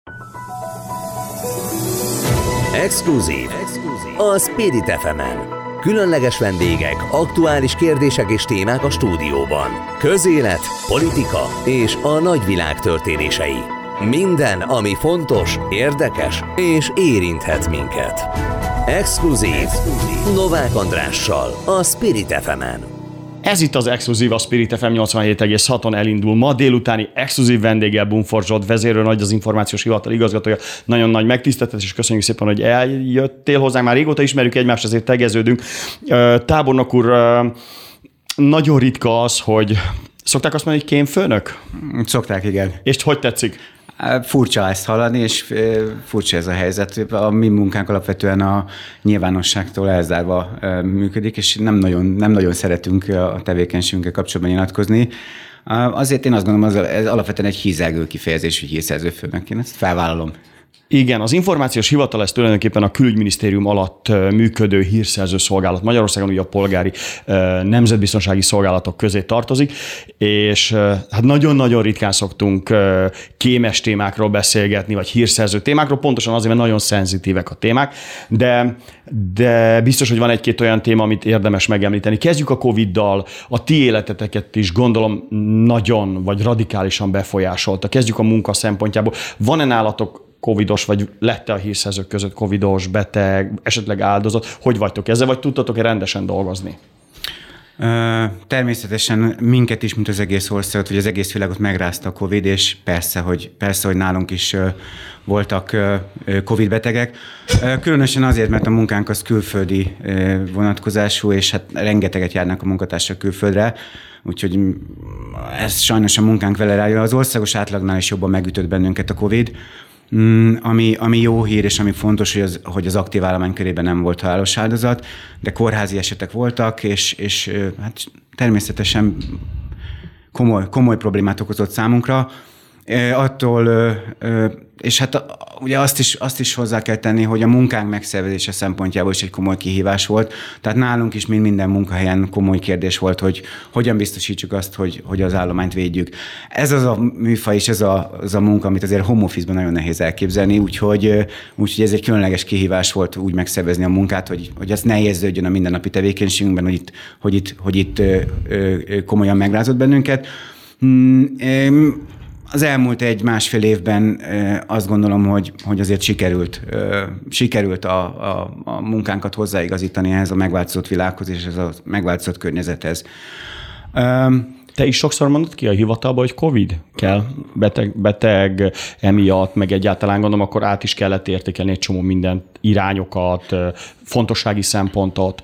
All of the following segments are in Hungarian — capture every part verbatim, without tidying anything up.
Exkluzív a Spirit ef emen. Különleges vendégek, aktuális kérdések és témák a stúdióban. Közélet, politika és a nagyvilág történései. Minden, ami fontos, érdekes és érinthet minket. Exkluzív Novák Andrással a Spirit ef emen. Ez itt az Exkluzív, a Spirit ef em nyolcvanhét egész haton elindul. Ma délutáni exkluzív vendéggel Bumford Zsolt vezérőrnagy, az Információs Hivatal igazgatója. Nagyon nagy megtiszteltetés, és köszönjük szépen, hogy eljöttél hozzánk. Már régóta ismerjük egymást, ezért tegeződünk. Tábornok úr, nagyon ritka az, hogy szokták azt mondani, hogy kémfőnök? Szokták, igen. És hogy tetszik? Furcsa ezt hallani, és furcsa ez a helyzet. A mi munkánk alapvetően a nyilvánosságtól elzárva működik, és nem nagyon, nem nagyon szeretünk a tevékenységünkkel kapcsolatban nyilatkozni. Azért én azt gondolom, hogy ez alapvetően egy hízelgő kifejezés, hogy hírszerzőfőnök. Én ezt felvállalom. Igen, az Információs Hivatal ez tulajdonképpen a Külügyminisztérium alatt működő hírszerző szolgálat. Magyarországon ugye a polgári nemzetbiztonsági szolgálatok közé tartozik, és hát nagyon-nagyon ritkán szoktunk kémes témákról beszélgetni, vagy hírszerző témákról, pontosan azért, mert nagyon szenzitívek a témák, de, de biztos, hogy van egy-két olyan téma, amit érdemes megemlíteni. Kezdjük a Coviddal, a ti életeteket is gondolom nagyon, vagy radikálisan befolyásolta. Kezdjük a munka szempontjából. Van-e nálatok covidos, vagy lett-e a hírszerzők között covidos, beteg, esetleg áldozat? Hogy vagytok ezzel, vagy tudtatok-e rendesen dolgozni? Természetesen minket is, mint az egész országot, vagy az egész világot megrázta a Covid, és persze, hogy, persze, hogy nálunk is voltak Covid betegek. Különösen azért, mert a munkánk az külföldi vonatkozású, és hát rengeteget járnak a munkatársak külföldre, úgyhogy ez sajnos a munkánk vele rájön. Az országos átlagnál is jobban megütött bennünket a Covid, Ami, ami jó hír, és ami fontos, hogy az, hogy az aktív állomány körében nem volt halálos áldozat, de kórházi esetek voltak, és, és hát természetesen komoly, komoly problémát okozott számunkra. Attól, és hát ugye azt is, azt is hozzá kell tenni, hogy a munkánk megszervezése szempontjából is egy komoly kihívás volt. Tehát nálunk is, mint minden munkahelyen komoly kérdés volt, hogy hogyan biztosítsuk azt, hogy, hogy az állományt védjük. Ez az a műfaj és ez a, az a munka, amit azért home office-ban nagyon nehéz elképzelni, úgyhogy, úgyhogy ez egy különleges kihívás volt úgy megszervezni a munkát, hogy, hogy ez ne érződjön a mindennapi tevékenységünkben, hogy itt, hogy itt, hogy itt komolyan megrázott bennünket. Az elmúlt egy-másfél évben azt gondolom, hogy, hogy azért sikerült, sikerült a, a, a munkánkat hozzáigazítani ehhez a megváltozott világhoz és ez a megváltozott környezethez. Te is sokszor mondod ki a hivatalba, hogy Covid kell, beteg, beteg emiatt, meg egyáltalán gondolom, akkor át is kellett értékelni egy csomó mindent, irányokat, fontossági szempontot.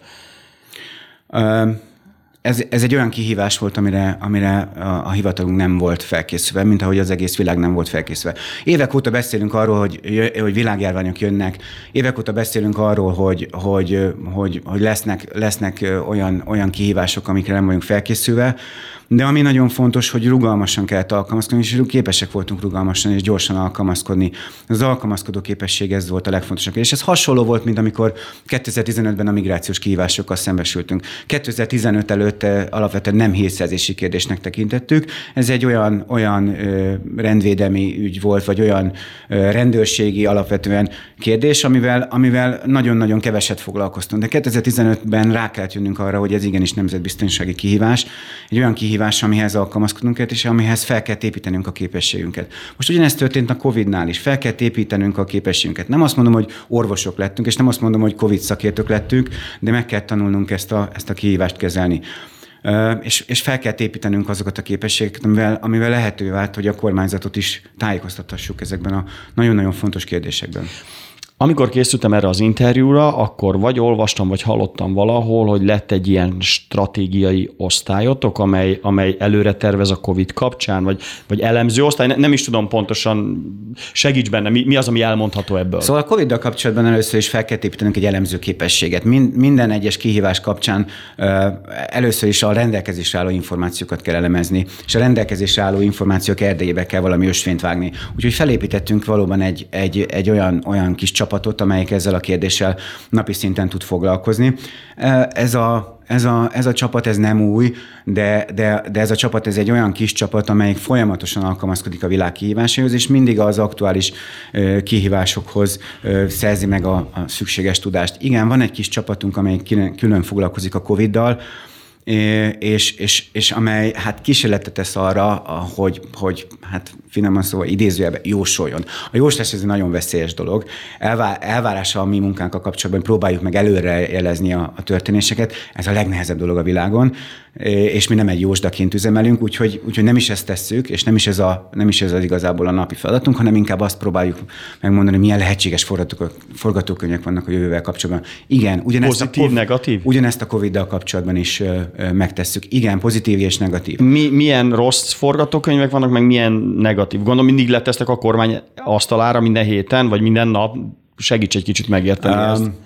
Ez, ez egy olyan kihívás volt, amire, amire a, a hivatalunk nem volt felkészülve, mint ahogy az egész világ nem volt felkészülve. Évek óta beszélünk arról, hogy, hogy világjárványok jönnek, évek óta beszélünk arról, hogy, hogy, hogy, hogy lesznek, lesznek olyan, olyan kihívások, amikre nem vagyunk felkészülve, de ami nagyon fontos, hogy rugalmasan kellett alkalmazkodni, és képesek voltunk rugalmasan és gyorsan alkalmazkodni. Az alkalmazkodó képesség ez volt a legfontosabb. És ez hasonló volt, mint amikor kétezer-tizenötben a migrációs kihívásokkal szembesültünk. kétezer-tizenöt előtt alapvetően nem hírszerzési kérdésnek tekintettük. Ez egy olyan, olyan rendvédelmi ügy volt, vagy olyan rendőrségi alapvetően kérdés, amivel, amivel nagyon-nagyon keveset foglalkoztunk. De kétezer-tizenötben rá kellett jönnünk arra, hogy ez igenis nemzetbiztonsági kihívás, egy olyan kihívás, amihez alkalmazkodnunk kell, és amihez fel kell építenünk a képességünket. Most ugyanezt történt a Covidnál is. Fel kell építenünk a képességünket. Nem azt mondom, hogy orvosok lettünk, és nem azt mondom, hogy Covid szakértők lettünk, de meg kell tanulnunk ezt a, ezt a kihívást kezelni. Uh, és, és fel kell építenünk azokat a képességeket, amivel, amivel lehetővé vált, hogy a kormányzatot is tájékoztathassuk ezekben a nagyon-nagyon fontos kérdésekben. Amikor készültem erre az interjúra, akkor vagy olvastam, vagy hallottam valahol, hogy lett egy ilyen stratégiai osztályotok, amely, amely előre tervez a Covid kapcsán, vagy, vagy elemző osztály. Nem is tudom pontosan, segíts benne, mi, mi az, ami elmondható ebből? Szóval a Coviddal kapcsolatban először is fel kell építenünk egy elemző képességet. Mind, minden egyes kihívás kapcsán uh, először is a rendelkezésre álló információkat kell elemezni, és a rendelkezésre álló információk erdejébe kell valami ösvényt vágni. Úgyhogy felépítettünk valóban egy, egy, egy olyan, olyan kis csapatot, amelyik ezzel a kérdéssel napi szinten tud foglalkozni. Ez a Ez a, ez a csapat, ez nem új, de, de, de ez a csapat, ez egy olyan kis csapat, amelyik folyamatosan alkalmazkodik a világ kihívásaihoz, és mindig az aktuális ö, kihívásokhoz ö, szerzi meg a, a szükséges tudást. Igen, van egy kis csapatunk, amelyik külön foglalkozik a Coviddal, és, és, és amely hát kísérletet tesz arra, hogy, hogy hát finoman szóval idézőjelben jósoljon. A jóslás ez egy nagyon veszélyes dolog. Elvá, elvárása a mi munkánkkal kapcsolatban, próbáljuk meg előre jelezni a, a történéseket. Ez a legnehezebb dolog a világon, és mi nem egy jósdaként üzemelünk, úgyhogy, úgyhogy nem is ezt tesszük, és nem is ez, a, nem is ez az igazából a napi feladatunk, hanem inkább azt próbáljuk megmondani, milyen lehetséges forgatókönyvek vannak a jövővel kapcsolatban. Igen, ugyanezt pozitív, a, negatív? Ugyanezt a Coviddal kapcsolatban is megtesszük. Igen, pozitív és negatív. Mi, milyen rossz forgatókönyvek vannak, meg milyen negatív? Gondolom mindig letesztek a kormány asztalára minden héten, vagy minden nap. Segíts egy kicsit megérteni um, ezt.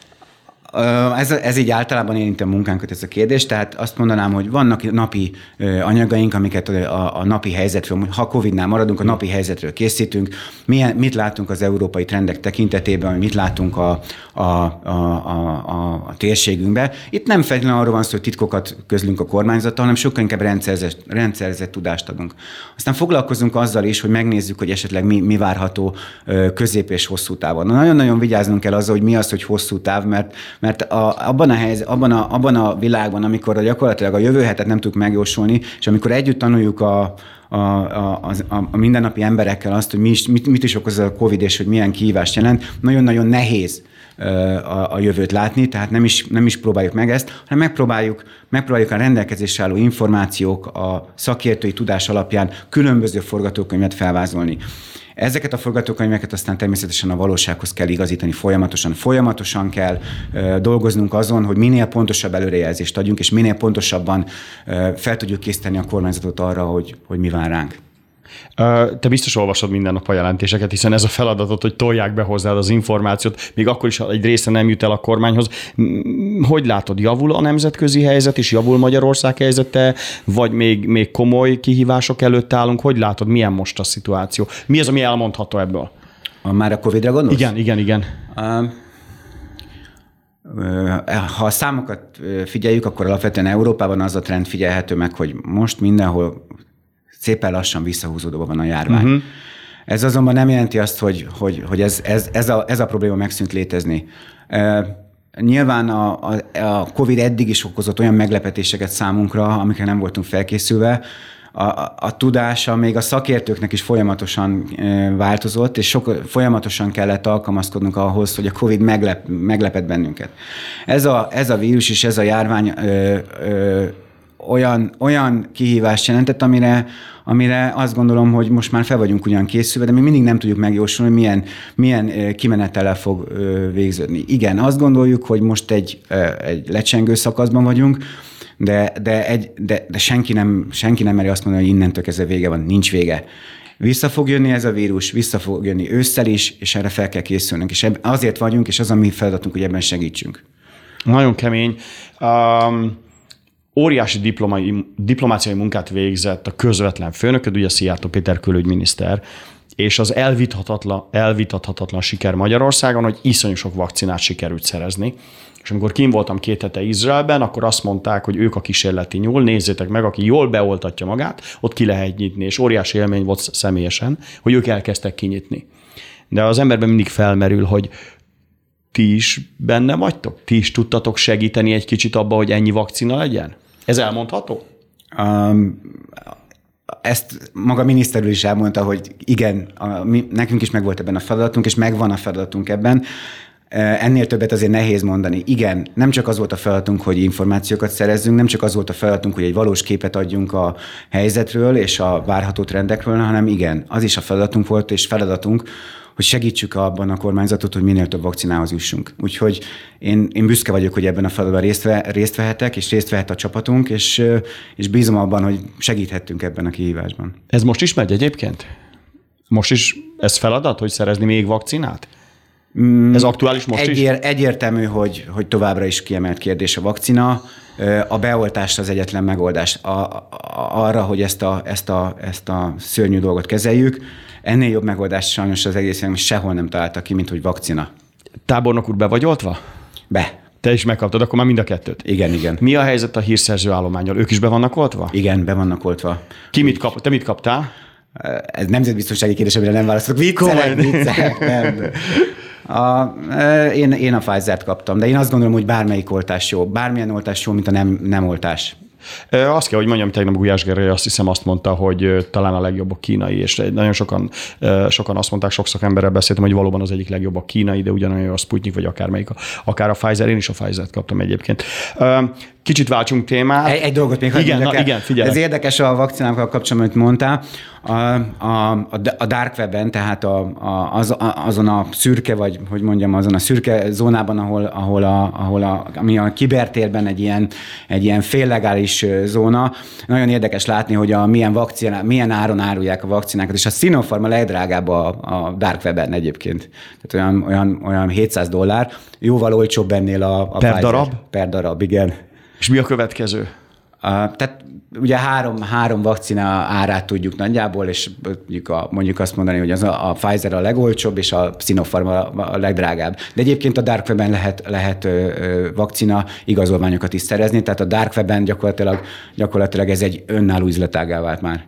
Ez, ez így általában érinti a munkánkat ez a kérdés, tehát azt mondanám, hogy vannak napi anyagaink, amiket a, a napi helyzetről, ha Covidnál maradunk, a napi helyzetről készítünk, milyen, mit látunk az európai trendek tekintetében, mit látunk a, a, a, a, a térségünkben. Itt nem feltétlenül arról van szó, hogy titkokat közlünk a kormányzattal, hanem sokkal inkább rendszerzett, rendszerzett tudást adunk. Aztán foglalkozunk azzal is, hogy megnézzük, hogy esetleg mi, mi várható közép és hosszú távon. Nagyon-nagyon vigyáznunk kell azzal, hogy mi az, hogy hosszú táv, mert Mert a, abban, a helyzet, abban, a, abban a világban, amikor gyakorlatilag a jövő hetet nem tudjuk megjósolni, és amikor együtt tanuljuk a, a, a, a, a mindennapi emberekkel azt, hogy mi is, mit, mit is okoz a Covid, és hogy milyen kihívást jelent, nagyon-nagyon nehéz a, a jövőt látni, tehát nem is, nem is próbáljuk meg ezt, hanem megpróbáljuk, megpróbáljuk a rendelkezésre álló információk, a szakértői tudás alapján különböző forgatókönyvet felvázolni. Ezeket a forgatókönyveket aztán természetesen a valósághoz kell igazítani folyamatosan. Folyamatosan kell ö, dolgoznunk azon, hogy minél pontosabb előrejelzést adjunk, és minél pontosabban ö, fel tudjuk készíteni a kormányzatot arra, hogy, hogy mi vár ránk. Te biztos olvasod minden nap a jelentéseket, hiszen ez a feladatot, hogy tolják be hozzád az információt, még akkor is egy része nem jut el a kormányhoz. Hogy látod, javul a nemzetközi helyzet, és javul Magyarország helyzete, vagy még, még komoly kihívások előtt állunk? Hogy látod, milyen most a szituáció? Mi az, ami elmondható ebből? A, már a Covidra gondolsz? Igen, igen, igen. Uh, ha a számokat figyeljük, akkor alapvetően Európában az a trend figyelhető meg, hogy most mindenhol szépen lassan visszahúzódóban van a járvány. Uh-huh. Ez azonban nem jelenti azt, hogy, hogy, hogy ez, ez, ez, a, ez a probléma megszűnt létezni. Uh, nyilván a, a, a Covid eddig is okozott olyan meglepetéseket számunkra, amikre nem voltunk felkészülve. A, a, a tudása még a szakértőknek is folyamatosan e, változott, és sok, folyamatosan kellett alkalmazkodnunk ahhoz, hogy a Covid meglep, meglepett bennünket. Ez a, ez a vírus és ez a járvány ö, ö, olyan, olyan kihívást jelentett, amire, amire azt gondolom, hogy most már fel vagyunk ugyan készülve, de még mindig nem tudjuk megjósolni, milyen, milyen kimenetellel fog végződni. Igen, azt gondoljuk, hogy most egy, egy lecsengő szakaszban vagyunk, de, de, egy, de, de senki, nem, senki nem meri azt mondani, hogy innentől kezdve vége van, nincs vége. Vissza fog jönni ez a vírus, vissza fog jönni ősszel is, és erre fel kell készülnünk. És azért vagyunk, és az a mi feladatunk, hogy ebben segítsünk. Nagyon kemény. Um... Óriási diplomai, diplomáciai munkát végzett a közvetlen főnököd, ugye Szijjártó Péter külügyminiszter, és az elvitathatatlan, elvitathatatlan siker Magyarországon, hogy iszonyú sok vakcinát sikerült szerezni. És amikor kim voltam két hete Izraelben, akkor azt mondták, hogy ők a kísérleti nyúl, nézzétek meg, aki jól beoltatja magát, ott ki lehet nyitni, és óriási élmény volt személyesen, hogy ők elkezdtek kinyitni. De az emberben mindig felmerül, hogy ti is benne vagytok? Ti is tudtatok segíteni egy kicsit abba, hogy ennyi vakcina legyen? Ez elmondható? Um, ezt maga miniszter úr is elmondta, hogy igen, a, mi, nekünk is megvolt ebben a feladatunk, és megvan a feladatunk ebben. Ennél többet azért nehéz mondani. Igen, nem csak az volt a feladatunk, hogy információkat szerezzünk, nem csak az volt a feladatunk, hogy egy valós képet adjunk a helyzetről és a várható trendekről, hanem igen, az is a feladatunk volt, és feladatunk, hogy segítsük abban a kormányzatot, hogy minél több vakcinához jussunk. Úgyhogy én, én büszke vagyok, hogy ebben a feladatban részt, ve, részt vehetek, és részt vehet a csapatunk, és, és bízom abban, hogy segíthettünk ebben a kihívásban. Ez most is megy egyébként? Most is ez feladat, hogy szerezni még vakcinát? Mm, ez aktuális most egyér, is? Egyértelmű, hogy, hogy továbbra is kiemelt kérdés a vakcina. A beoltás az egyetlen megoldás a, a, arra, hogy ezt a, ezt, a, ezt a szörnyű dolgot kezeljük. Ennél jobb megoldást sajnos az egészen sehol nem találtak ki, mint hogy vakcina. Tábornok úr, be vagy oltva? Be. Te is megkaptad, akkor már mind a kettőt. Igen, igen. Mi a helyzet a hírszerző állománnyal? Ők is be vannak oltva? Igen, be vannak oltva. Ki mit kap? Te mit kaptál? Ez nemzetbiztonsági kérdés, amire nem válaszolok. Viccelek, viccelek, nem. A, én, én a Pfizer-t kaptam, de én azt gondolom, hogy bármelyik oltás jó. Bármilyen oltás jó, mint a nem, nem oltás. Azt kell, hogy mondjam, tegnap Gulyás Gergely azt hiszem azt mondta, hogy talán a legjobb a kínai, és nagyon sokan, sokan azt mondták, sok szakemberrel beszéltem, hogy valóban az egyik legjobb a kínai, de ugyanolyan a Sputnik, vagy akármelyik, akár a Pfizer, én is a Pfizer-t kaptam egyébként. Kicsit váltsunk témát. Egy, egy dolgot még igen, na, igen, figyelj. Ez érdekes a vakcinákkal kapcsolatban, amit mondtál. A, a, a dark webben, tehát a, a, az, a, azon a szürke, vagy hogy mondjam, azon a szürke zónában, ahol, ahol, a, ahol a, ami a kibertérben egy ilyen, egy ilyen féllegális zóna, nagyon érdekes látni, hogy a milyen, vakcina, milyen áron árulják a vakcinákat, és a Sinopharm a legdrágább a, a dark webben egyébként. Tehát olyan, olyan, olyan hétszáz dollár, jóval olcsóbb ennél a, a Per Pfizer. darab? Per darab, igen. És mi a következő? Uh, tehát ugye három, három vakcina árát tudjuk nagyjából, és mondjuk, a, mondjuk azt mondani, hogy az a, a Pfizer a legolcsóbb, és a Sinopharm a, a legdrágább. De egyébként a dark webben lehet, lehet ö, ö, vakcina igazolványokat is szerezni, tehát a dark webben gyakorlatilag, gyakorlatilag ez egy önálló üzletággá vált már.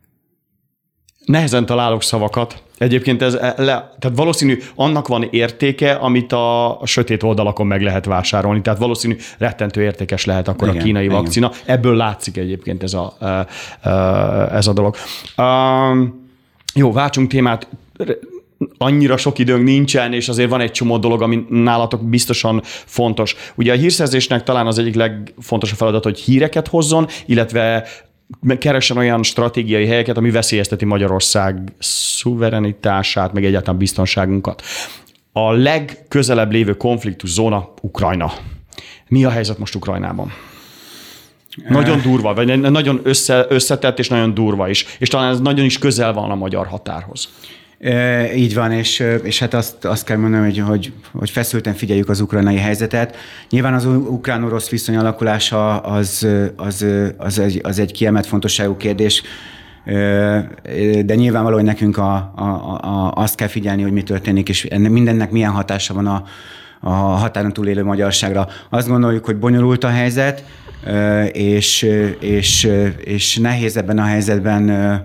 Nehezen találok szavakat. Egyébként ez le, tehát valószínű annak van értéke, amit a, a sötét oldalakon meg lehet vásárolni. Tehát valószínű rettentő értékes lehet akkor igen, a kínai igen. vakcina. Ebből látszik egyébként ez a, ez a dolog. Um, jó, váltsunk témát. Annyira sok időnk nincsen, és azért van egy csomó dolog, ami nálatok biztosan fontos. Ugye a hírszerzésnek talán az egyik legfontosabb feladat, hogy híreket hozzon, illetve keressen olyan stratégiai helyeket, ami veszélyezteti Magyarország szuverenitását, meg egyáltalán biztonságunkat. A legközelebb lévő konfliktus zóna Ukrajna. Mi a helyzet most Ukrajnában? Nagyon durva, vagy nagyon össze, összetett és nagyon durva is. És talán ez nagyon is közel van a magyar határhoz. E, így van, és, és hát azt, azt kell mondanom, hogy, hogy, hogy feszülten figyeljük az ukrajnai helyzetet. Nyilván az ukrán-orosz viszony alakulása az, az, az, egy, az egy kiemelt fontosságú kérdés, de nyilvánvalóan nekünk a, a, a, azt kell figyelni, hogy mi történik, és mindennek milyen hatása van a, a határon túl élő magyarságra. Azt gondoljuk, hogy bonyolult a helyzet, és, és, és nehéz ebben a helyzetben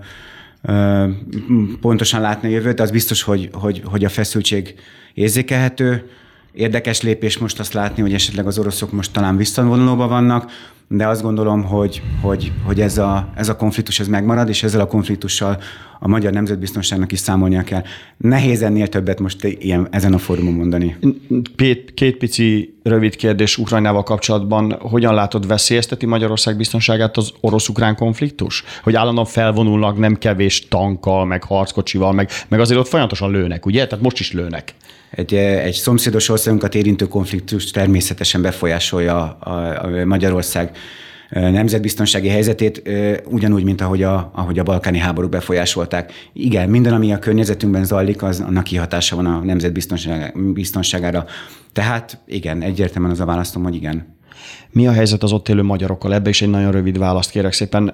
pontosan látni a jövőt, de az biztos, hogy, hogy, hogy a feszültség érzékelhető. Érdekes lépés most azt látni, hogy esetleg az oroszok most talán visszavonulóban vannak, de azt gondolom, hogy, hogy, hogy ez, a, ez a konfliktus ez megmarad, és ezzel a konfliktussal a magyar nemzetbiztonságnak is számolnia kell. Nehéz ennél többet most ilyen, ezen a fórumon mondani. Két, két pici rövid kérdés Ukrajnával kapcsolatban. Hogyan látod, veszélyezteti Magyarország biztonságát az orosz-ukrán konfliktus? Hogy állandóan felvonulnak nem kevés tankkal, meg harckocsival, meg, meg azért ott folyamatosan lőnek, ugye? Tehát most is lőnek. Egy, egy szomszédos országunkat érintő konfliktus természetesen befolyásolja a, a Magyarország nemzetbiztonsági helyzetét, ugyanúgy, mint ahogy a, ahogy a balkáni háborúk befolyásolták. Igen, minden, ami a környezetünkben zajlik, az annak kihatása van a nemzetbiztonságára. Tehát igen, egyértelműen az a választom, hogy igen. Mi a helyzet az ott élő magyarokkal? Ebbe is egy nagyon rövid választ kérek szépen.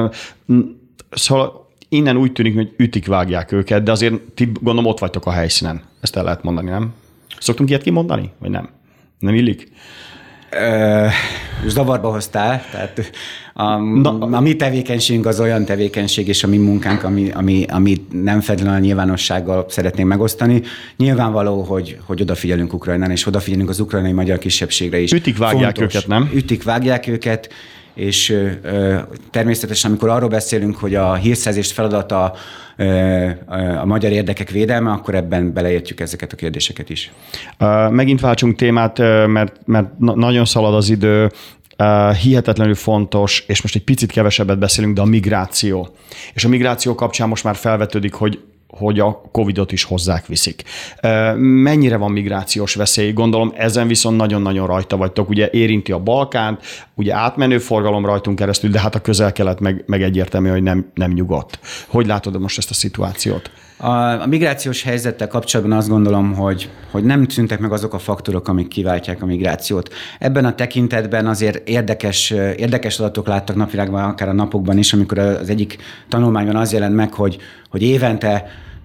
Szóval innen úgy tűnik, hogy ütik, vágják őket, de azért ti gondolom ott vagytok a helyszínen. Ezt el lehet mondani, nem? Szoktunk ilyet kimondani, vagy nem? Nem illik? Ö, zavarba hoztál, tehát a, Na, a mi tevékenységünk az olyan tevékenység, és a mi munkánk, ami, ami, ami nem feltétlenül a nyilvánossággal szeretnénk megosztani. Nyilvánvaló, hogy, hogy odafigyelünk Ukrajnán, és odafigyelünk az ukrajnai magyar kisebbségre is. Ütik, vágják Fontos. őket, nem? Ütik, vágják őket, és ö, természetesen, amikor arról beszélünk, hogy a hírszerzés feladata ö, a magyar érdekek védelme, akkor ebben beleértjük ezeket a kérdéseket is. Megint váltsunk témát, mert, mert nagyon szalad az idő, hihetetlenül fontos, és most egy picit kevesebbet beszélünk, de a migráció. És a migráció kapcsán most már felvetődik, hogy hogy a Covidot is hozzák viszik. Mennyire van migrációs veszély? Gondolom ezen viszont nagyon-nagyon rajta vagytok. Ugye érinti a Balkánt, ugye átmenő forgalom rajtunk keresztül, de hát a Közel-Kelet meg, meg egyértelmű, hogy nem, nem nyugodt. Hogy látod most ezt a szituációt? A, a migrációs helyzettel kapcsolatban azt gondolom, hogy, hogy nem szűntek meg azok a faktorok, amik kiváltják a migrációt. Ebben a tekintetben azért érdekes, érdekes adatok láttak napvilágban, akár a napokban is, amikor az egyik tanulmányban az jelent meg, hogy, hogy évente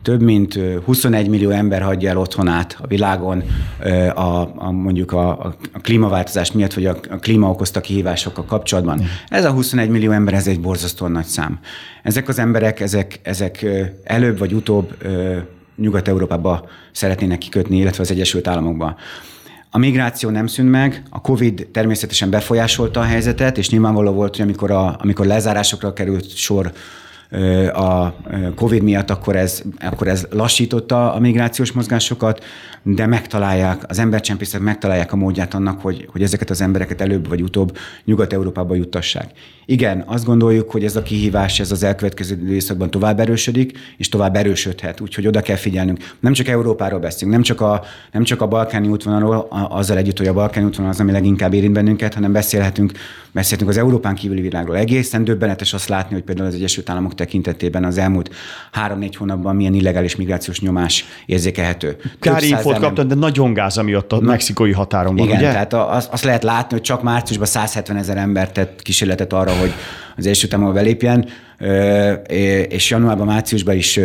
több mint huszonegy millió ember hagyja el otthonát a világon a, a, mondjuk a, a klímaváltozás miatt, vagy a, a klíma okozta kihívásokkal kapcsolatban. Ez a huszonegy millió ember, ez egy borzasztóan nagy szám. Ezek az emberek, ezek, ezek előbb vagy utóbb Nyugat-Európába szeretnének kikötni, illetve az Egyesült Államokba. A migráció nem szűnt meg, a Covid természetesen befolyásolta a helyzetet, és nyilvánvaló volt, hogy amikor, a, amikor lezárásokra került sor a Covid miatt, akkor ez, akkor ez lassította a migrációs mozgásokat, de megtalálják, az embercsempészek megtalálják a módját annak, hogy, hogy ezeket az embereket előbb vagy utóbb Nyugat-Európába juttassák. Igen, azt gondoljuk, hogy ez a kihívás, ez az elkövetkező időszakban tovább erősödik, és tovább erősödhet, úgyhogy oda kell figyelnünk. Nem csak Európáról beszélünk, nem csak a, nem csak a balkáni útvonalról, azzal együtt, hogy a balkáni útvonal az, ami leginkább érint bennünket, hanem beszélhetünk, beszélhetünk az Európán kívüli világról. Egészen döbbenetes azt látni, hogy például az Egyesült Államok tekintetében az elmúlt három-négy hónapban milyen illegális migrációs nyomás érzékelhető. Kári infót kaptad, de nagyon gáz, ami ott a mexikói határon van, igen, ugye? Tehát azt az lehet látni, hogy csak márciusban százhetven ezer ember tett kísérletet arra, hogy az Egyesült Államokba belépjen, és januárban, márciusban is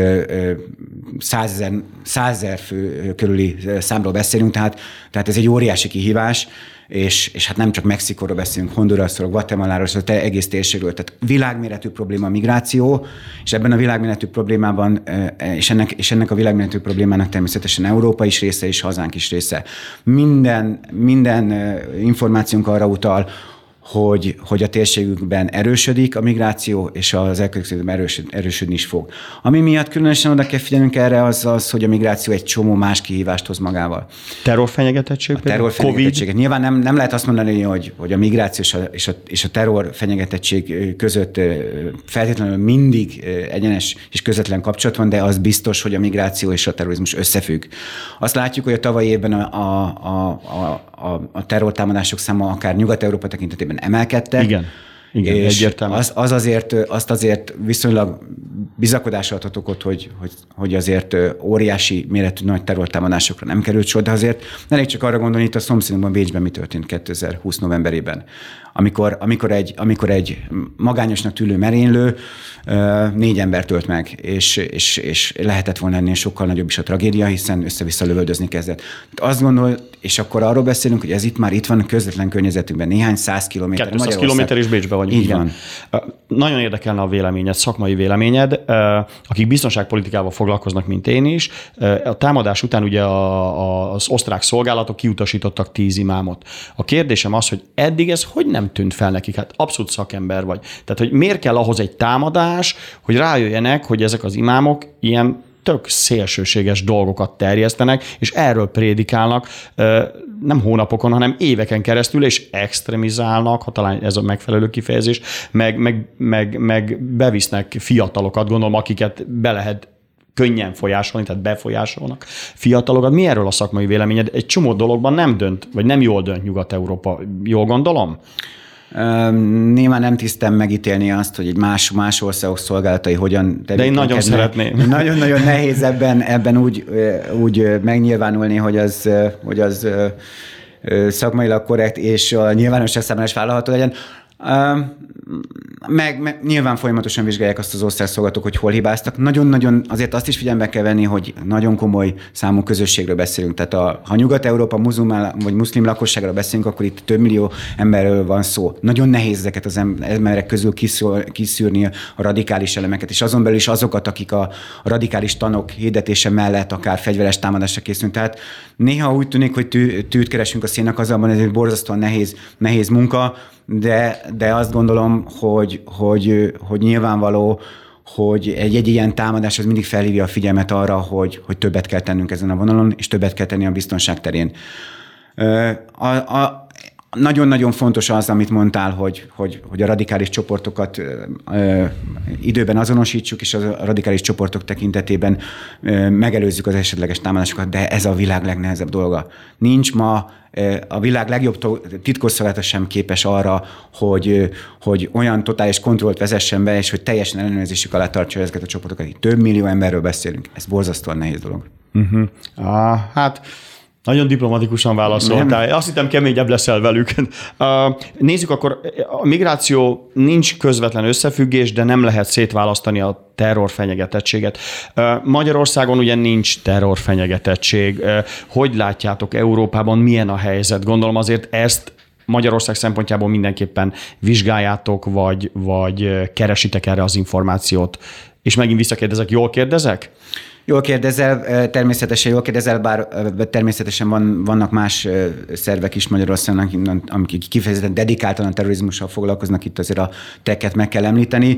százezer fő körüli számról beszélünk, tehát, tehát ez egy óriási kihívás, és, és hát nem csak Mexikóról beszélünk, Hondurasról, Guatemaláról, az egész térségről. Tehát világméretű probléma a migráció, és ebben a világméretű problémában, és ennek, és ennek a világméretű problémának természetesen Európa is része, és hazánk is része. Minden, minden információnk arra utal, hogy, hogy a térségükben erősödik a migráció, és az elkövetkezőben erősöd, erősödni is fog. Ami miatt különösen oda kell figyelnünk erre, az az, hogy a migráció egy csomó más kihívást hoz magával. Terrorfenyegetettség? A terrorfenyegetettség. Nyilván nem, nem lehet azt mondani, hogy, hogy a migráció és a, és a, és a terrorfenyegetettség között feltétlenül mindig egyenes és közvetlen kapcsolat van, de az biztos, hogy a migráció és a terrorizmus összefügg. Azt látjuk, hogy a tavalyi évben a, a, a, a, a terrortámadások száma akár Nyugat-Európa tekintetében emelkedtek. Igen. Igen, és egyértelmű. Az, az azért, azt azért viszonylag bizakodásra adhat okot, hogy, hogy, hogy azért óriási méretű nagy terrortámadásokra nem került sor, de azért elég csak arra gondolni, itt a szomszédunkban Bécsben mi történt kétezer-húsz novemberében. Amikor, amikor, egy, amikor egy magányosnak tűnő merénylő négy embert ölt meg, és, és, és lehetett volna ennél sokkal nagyobb is a tragédia, hiszen össze-vissza lövöldözni kezdett. Azt gondol, és akkor arról beszélünk, hogy ez itt már itt van a közvetlen környezetünkben, néhány száz kilométer. kétszáz kilométer is Bécsben vagyunk. Így van. Nagyon érdekelne a véleményed, szakmai véleményed, akik biztonságpolitikával foglalkoznak, mint én is. A támadás után ugye az osztrák szolgálatok kiutasítottak tíz imámot. A kérdésem az, hogy eddig ez hogy nem tűnt fel nekik? Hát abszolút szakember vagy. Tehát, hogy miért kell ahhoz egy támadás, hogy rájöjjenek, hogy ezek az imámok ilyen tök szélsőséges dolgokat terjesztenek, és erről prédikálnak nem hónapokon, hanem éveken keresztül, és extremizálnak, ha talán ez a megfelelő kifejezés, meg, meg, meg, meg bevisznek fiatalokat, gondolom, akiket be lehet könnyen folyásolni, tehát befolyásolnak fiatalokat. Mi erről a szakmai véleményed? Egy csomó dologban nem dönt, vagy nem jól dönt Nyugat-Európa. Jól gondolom? Nyilván nem tisztem megítélni azt, hogy egy más, más országok szolgálatai hogyan tevékenykednek. De én nagyon szeretném. Nagyon-nagyon nehéz ebben, ebben úgy, úgy megnyilvánulni, hogy az, hogy az szakmailag korrekt és a nyilvánosság számára is vállalható legyen. Meg, meg nyilván folyamatosan vizsgálják azt az országszolgálatok, hogy hol hibáztak. Nagyon-nagyon azért azt is figyelembe kell venni, hogy nagyon komoly számú közösségről beszélünk. Tehát a, ha Nyugat-Európa muzulmán vagy muszlim lakosságról beszélünk, akkor itt több millió emberről van szó. Nagyon nehéz ezeket az emberek közül kiszűrni a radikális elemeket, és azon belül is azokat, akik a radikális tanok hirdetése mellett akár fegyveres támadásra készülünk. Tehát néha úgy tűnik, hogy tű, tűt keresünk a szénnek, azonban ez egy borzasztóan nehéz, nehéz munka, de, de azt gondolom, hogy, hogy, hogy nyilvánvaló, hogy egy, egy ilyen támadás az mindig felhívja a figyelmet arra, hogy, hogy többet kell tennünk ezen a vonalon, és többet kell tenni a biztonság terén. A, a, Nagyon-nagyon fontos az, amit mondtál, hogy, hogy, hogy a radikális csoportokat ö, időben azonosítsuk, és a radikális csoportok tekintetében ö, megelőzzük az esetleges támadásokat, de ez a világ legnehezebb dolga. Nincs ma ö, a világ legjobb titkosszolgálata sem képes arra, hogy, ö, hogy olyan totális kontrollt vezessen be, és hogy teljesen ellenőrzésük alá tartsa ezeket a csoportokat. Itt több millió emberről beszélünk. Ez borzasztóan nehéz dolog. Uh-huh. Ah, hát... Nagyon diplomatikusan válaszoltál. Azt hittem, keményebb leszel velük. Nézzük akkor, a migráció nincs közvetlen összefüggés, de nem lehet szétválasztani a terrorfenyegetettséget. Magyarországon ugye nincs terrorfenyegetettség. Hogy látjátok Európában, milyen a helyzet? Gondolom azért ezt Magyarország szempontjából mindenképpen vizsgáljátok, vagy, vagy keresitek erre az információt. És megint visszakérdezek, jól kérdezek? Jól kérdezel, természetesen jól kérdezel, bár természetesen van, vannak más szervek is Magyarországon, amik kifejezetten dedikáltan a terrorizmussal foglalkoznak, itt azért a teket meg kell említeni.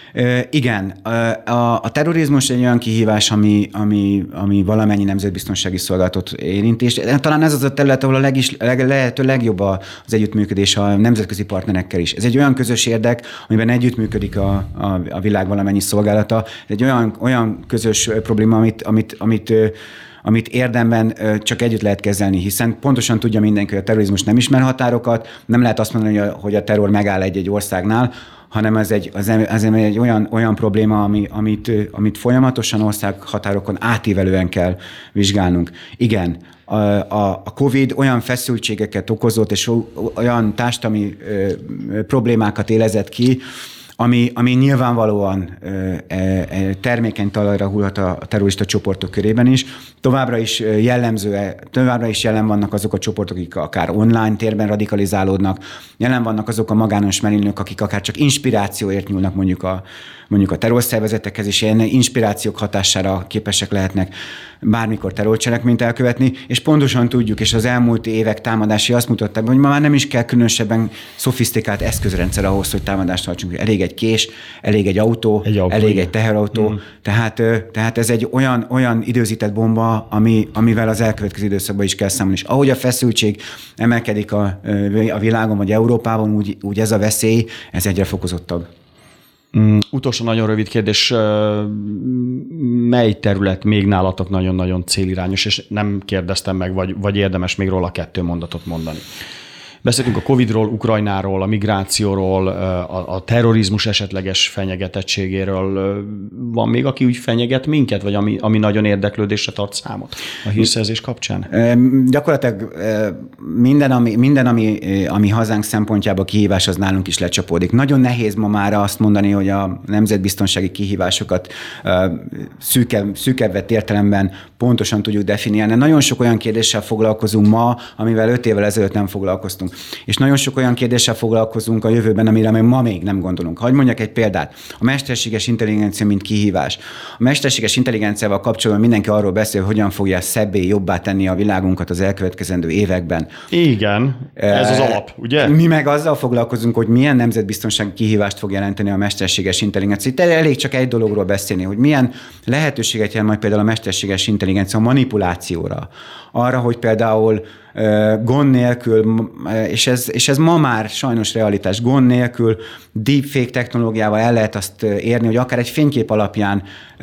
Igen, a, a terrorizmus egy olyan kihívás, ami, ami, ami valamennyi nemzetbiztonsági szolgálatot érint, és talán ez az a terület, ahol a legis, leg, lehető legjobb az együttműködés a nemzetközi partnerekkel is. Ez egy olyan közös érdek, amiben együttműködik a, a, a világ valamennyi szolgálata. Ez egy olyan, olyan közös probléma, amit, amit, amit amit érdemben csak együtt lehet kezelni, hiszen pontosan tudja mindenki, hogy a terrorizmus nem ismer határokat, nem lehet azt mondani, hogy a, hogy a terror megáll egy-egy országnál, hanem ez egy, az, az egy olyan, olyan probléma, ami, amit, amit folyamatosan országhatárokon átívelően kell vizsgálnunk. Igen, a, a, a Covid olyan feszültségeket okozott, és olyan társadalmi ö, problémákat élezett ki, Ami, ami nyilvánvalóan e, e, termékeny talajra hullhat a terrorista csoportok körében is. Továbbra is jellemző, továbbra is jelen vannak azok a csoportok, akik akár online térben radikalizálódnak, jelen vannak azok a magános merénylők, akik akár csak inspirációért nyúlnak mondjuk a, mondjuk a terrorszervezetekhez, és ilyen inspirációk hatására képesek lehetnek bármikor terrorcselekményt elkövetni, és pontosan tudjuk, és az elmúlt évek támadási azt mutatták, hogy ma már nem is kell különösebben szofisztikált eszközrendszer ahhoz, hogy támadást tartsunk. Elég egy kés, elég egy autó, egy autó elég igen. egy teherautó. Mm. Tehát, tehát ez egy olyan, olyan időzített bomba, ami, amivel az elkövetkező időszakban is kell számolni. És ahogy a feszültség emelkedik a, a világon, vagy Európában, úgy, úgy ez a veszély, ez egyre fokozottabb. Mm, utolsó nagyon rövid kérdés, mely terület még nálatok nagyon-nagyon célirányos, és nem kérdeztem meg, vagy, vagy érdemes még róla kettő mondatot mondani? Beszéltünk a Covidról, Ukrajnáról, a migrációról, a, a terrorizmus esetleges fenyegetettségéről. Van még, aki úgy fenyeget minket, vagy ami, ami nagyon érdeklődésre tart számot a hírszerzés kapcsán? E, gyakorlatilag minden, ami, minden ami, ami hazánk szempontjából kihívás, az nálunk is lecsapódik. Nagyon nehéz ma már azt mondani, hogy a nemzetbiztonsági kihívásokat szűkebb, szűkebb vett értelemben pontosan tudjuk definiálni. Nagyon sok olyan kérdéssel foglalkozunk ma, amivel öt évvel ezelőtt nem foglalkoztunk. És nagyon sok olyan kérdéssel foglalkozunk a jövőben, amire ma még nem gondolunk. Hadd mondjak egy példát. A mesterséges intelligencia, mint kihívás. A mesterséges intelligenciával kapcsolatban mindenki arról beszél, hogy hogyan fogja szebbé, jobbá tenni a világunkat az elkövetkezendő években. Igen, ez az alap, ugye? Mi meg azzal foglalkozunk, hogy milyen nemzetbiztonsági kihívást fog jelenteni a mesterséges intelligencia. Itt elég csak egy dologról beszélni, hogy milyen lehetőséget jelent majd például a mesterséges intelligencia a manipulációra. Arra, hogy például gond nélkül, és ez, és ez ma már sajnos realitás, gond nélkül deepfake technológiával el lehet azt érni, hogy akár egy fénykép alapján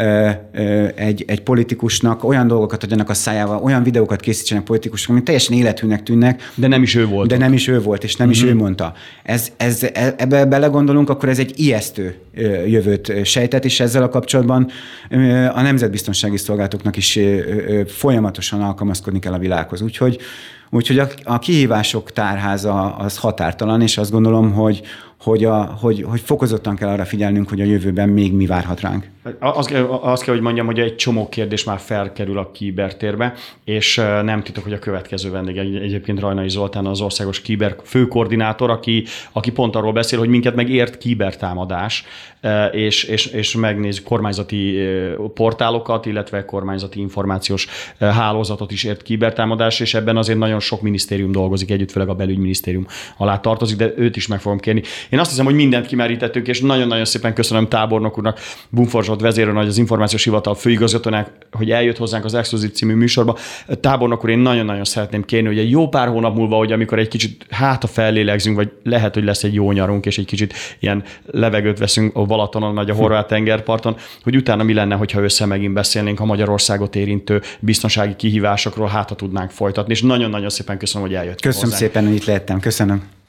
egy, egy politikusnak olyan dolgokat adjanak a szájával, olyan videókat készítsenek politikusok, ami teljesen élethűnek tűnnek. De nem is ő volt. De nem is ő volt, és nem uh-huh. is ő mondta. Ez, ez, ebbe belegondolunk, akkor ez egy ijesztő jövőt sejtett, és ezzel a kapcsolatban a nemzetbiztonsági szolgálatoknak is folyamatosan alkalmazkodni kell a világhoz. Úgyhogy Úgyhogy a, a kihívások tárháza az határtalan, és azt gondolom, hogy, hogy, a, hogy, hogy fokozottan kell arra figyelnünk, hogy a jövőben még mi várhat ránk. Azt kell, azt kell, hogy mondjam, hogy egy csomó kérdés már felkerül a kibertérbe, és nem titok, hogy a következő vendég egyébként Rajnai Zoltán, az országos kiber főkoordinátor, aki, aki pont arról beszél, hogy minket meg ért kibertámadás, és, és, és megnézzük kormányzati portálokat, illetve kormányzati információs hálózatot is ért kibertámadás, és ebben azért nagyon sok minisztérium dolgozik együtt, főleg a belügyminisztérium alá tartozik, de őt is meg fogom kérni. Én azt hiszem, hogy mindent kimerítettünk, és nagyon-nagyon szépen köszönöm tábornok úrnak, Bumfor Zsolt vezérőnagy, az Információs Hivatal főigazgatónak, hogy eljött hozzánk az Exkluzív című műsorba. Tábornok úr, én nagyon-nagyon szeretném kérni, hogy egy jó pár hónap múlva, hogy amikor egy kicsit hát a fellélegzünk, vagy lehet, hogy lesz egy jó nyarunk, és egy kicsit ilyen levegőt veszünk a Balatonon, vagy a horvát tengerparton, hogy utána mi lenne, hogyha össze megint beszélnénk a Magyarországot érintő biztonsági kihívásokról, hát ha tudnánk folytatni. És nagyon-nagyon szépen köszönöm, hogy eljött. Köszönöm hozzánk. Szépen, hogy itt lehettem. Köszönöm.